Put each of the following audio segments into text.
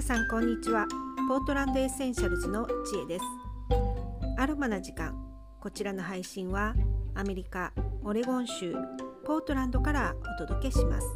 さんこんにちは。ポートランドエッセンシャルズの知恵です。アロマな時間。こちらの配信はアメリカオレゴン州ポートランドからお届けします。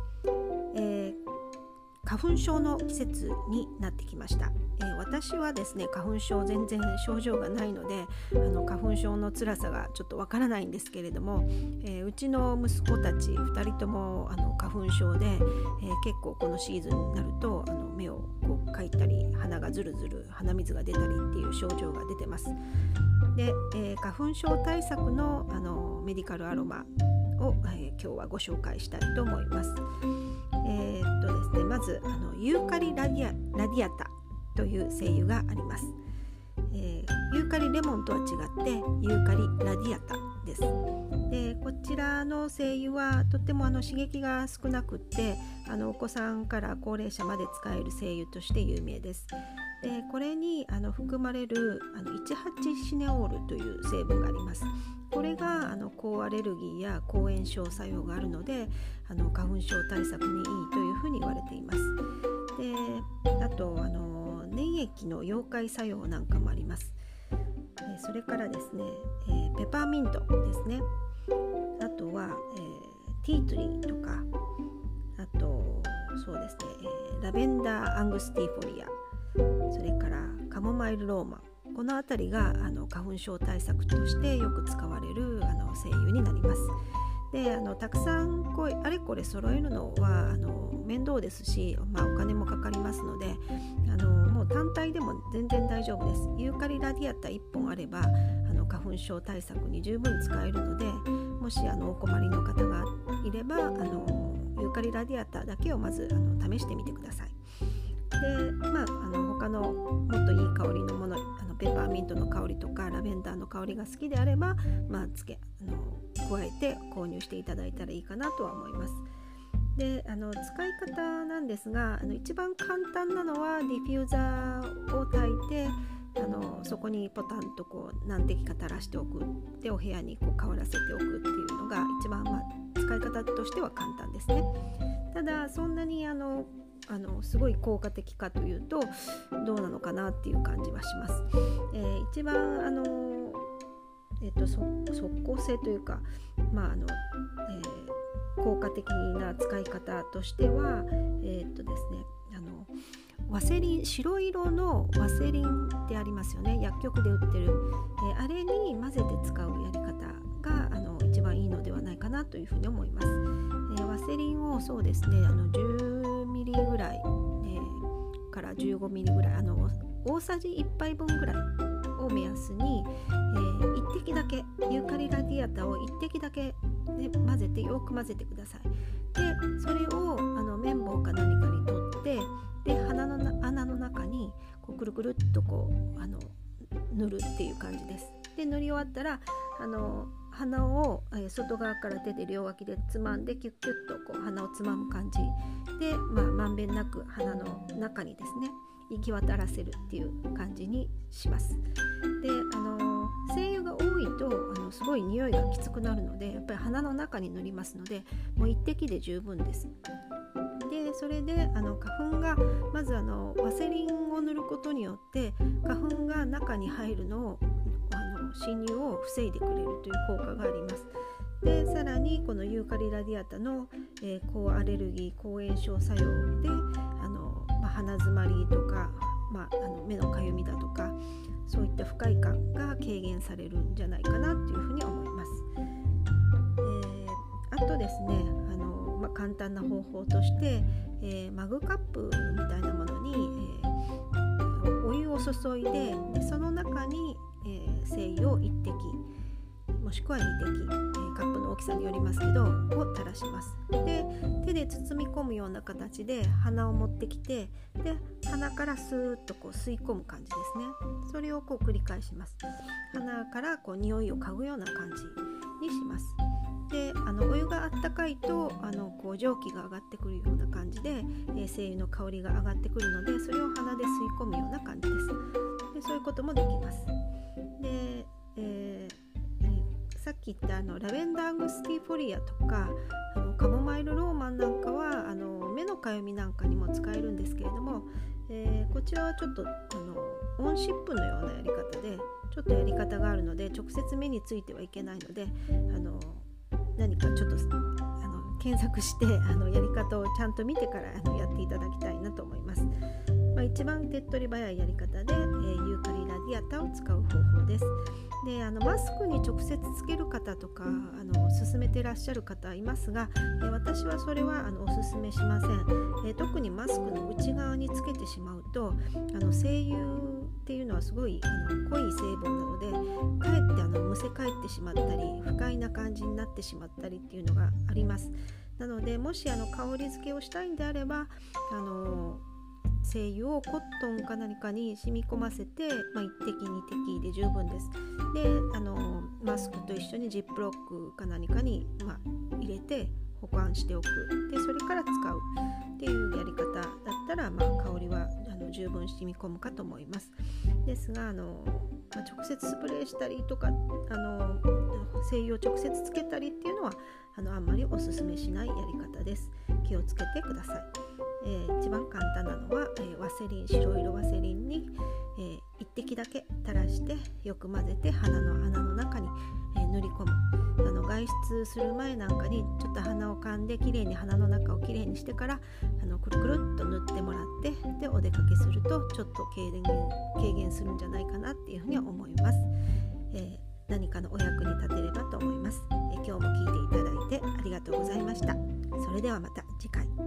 花粉症の季節になってきました。私はですね、花粉症全然症状がないので花粉症の辛さがちょっとわからないんですけれども、うちの息子たち2人とも花粉症で、結構このシーズンになると目をこうかいたり鼻がズルズル鼻水が出たりっていう症状が出てます。で、花粉症対策のメディカルアロマを、今日はご紹介したいと思います。ですね、まずユーカリラディアタという精油があります。ユーカリレモンとは違ってユーカリラディアタです。でこちらの精油はとっても刺激が少なくってお子さんから高齢者まで使える精油として有名です。でこれに含まれる1,8シネオールという成分があります。これが抗アレルギーや抗炎症作用があるので花粉症対策にいいというふうに言われています。であと粘液の溶解作用なんかもあります。それからですね、ペパーミントですね。あとは、ティートリーとか、あとそうですね、ラベンダーアングスティフォリア、それからカモマイルローマン、このあたりが花粉症対策としてよく使われる精油になります。でたくさんあれこれ揃えるのは面倒ですし、お金もかかりますのでもう単体でも全然大丈夫です。ユーカリラディアタ1本あれば花粉症対策に十分使えるので、もしお困りの方がいればユーカリラディアタだけをまず試してみてください。で他のもっといい香りのもの、ペパーミントの香りとかラベンダーの香りが好きであれば、加えて購入していただいたらいいかなとは思います。で使い方なんですが一番簡単なのはディフューザーを焚いてそこにポタンと何滴か垂らしておくでお部屋に香らせておくっていうのが一番、使い方としては簡単ですね。ただそんなにすごい効果的かというとどうなのかなっていう感じはします。一番即効性というか、効果的な使い方としてはですね、ワセリン、白色のワセリンってありますよね。薬局で売ってる、あれに混ぜて使うやり方が一番いいのではないかなというふうに思います。ワセリンをそうですね10ミリぐらい、から15ミリぐらい大さじ1杯分ぐらいを目安に、1滴だけユーカリラディアタを1滴だけ、混ぜてよく混ぜてください。でそれを綿棒か何かに取ってで鼻の穴の中にくるくるっと塗るっていう感じです。で塗り終わったら鼻を外側から手で両脇でつまんでキュッキュッと鼻をつまむ感じで、まんべんなく鼻の中にですね行き渡らせるっていう感じにします。で精油が多いとすごい匂いがきつくなるのでやっぱり鼻の中に塗りますのでもう1滴で十分です。でそれで花粉がまずワセリンを塗ることによって花粉が中に入るのを侵入を防いでくれるという効果があります。でさらにこのユーカリラディアタの、抗アレルギー抗炎症作用で鼻づまりとか、目のかゆみだとかそういった不快感が軽減されるんじゃないかなというふうに思います。あとですね簡単な方法として、マグカップみたいなものに、お湯を注いでその中に、精油を1滴もしくは2滴、カップの大きさによりますけどを垂らします。で手で包み込むような形で鼻を持ってきてで鼻からスーッと吸い込む感じですね。それを繰り返します。鼻から匂いを嗅ぐような感じにします。でお湯があったかいと蒸気が上がってくるような感じで、精油の香りが上がってくるのでそれを鼻で吸い込むような感じです。でそういうこともできます。で、さっき言ったラベンダーアングスティフォリアとかカモマイルローマンなんかは目のかゆみなんかにも使えるんですけれども、 こちらはちょっとオンシップのようなやり方でちょっとやり方があるので直接目についてはいけないので何かちょっと検索してやり方をちゃんと見てからやっていただきたいなと思います。一番手っ取り早いやり方で、ユーカリラディアタを使う方法です。でマスクに直接つける方とか勧めてらっしゃる方いますが、私はそれはお勧めしません。特にマスクの内側につけてしまうと精油っていうのはすごい濃い成分なのでかえってむせ返ってしまったり不快な感じになってしまったりっていうのがあります。なのでもし香り付けをしたいんであれば精油をコットンか何かに染み込ませて、1滴2滴で十分です。でマスクと一緒にジップロックか何かに、入れて保管しておく。でそれから使うっていうやり方だったら、香りは十分染み込むかと思います。ですが直接スプレーしたりとか精油を直接つけたりっていうのはあんまりおすすめしないやり方です。気をつけてください。一番簡単なのは、ワセリン、白色ワセリンに、1滴だけ垂らしてよく混ぜて鼻の穴の中に、塗り込む。外出する前なんかにちょっと鼻を噛んできれいに鼻の中をきれいにしてからくるくるっと塗ってもらってでお出かけするとちょっと軽減するんじゃないかなっていうふうに思います。何かのお役に立てればと思います。今日も聞いていただいてありがとうございました。それではまた次回。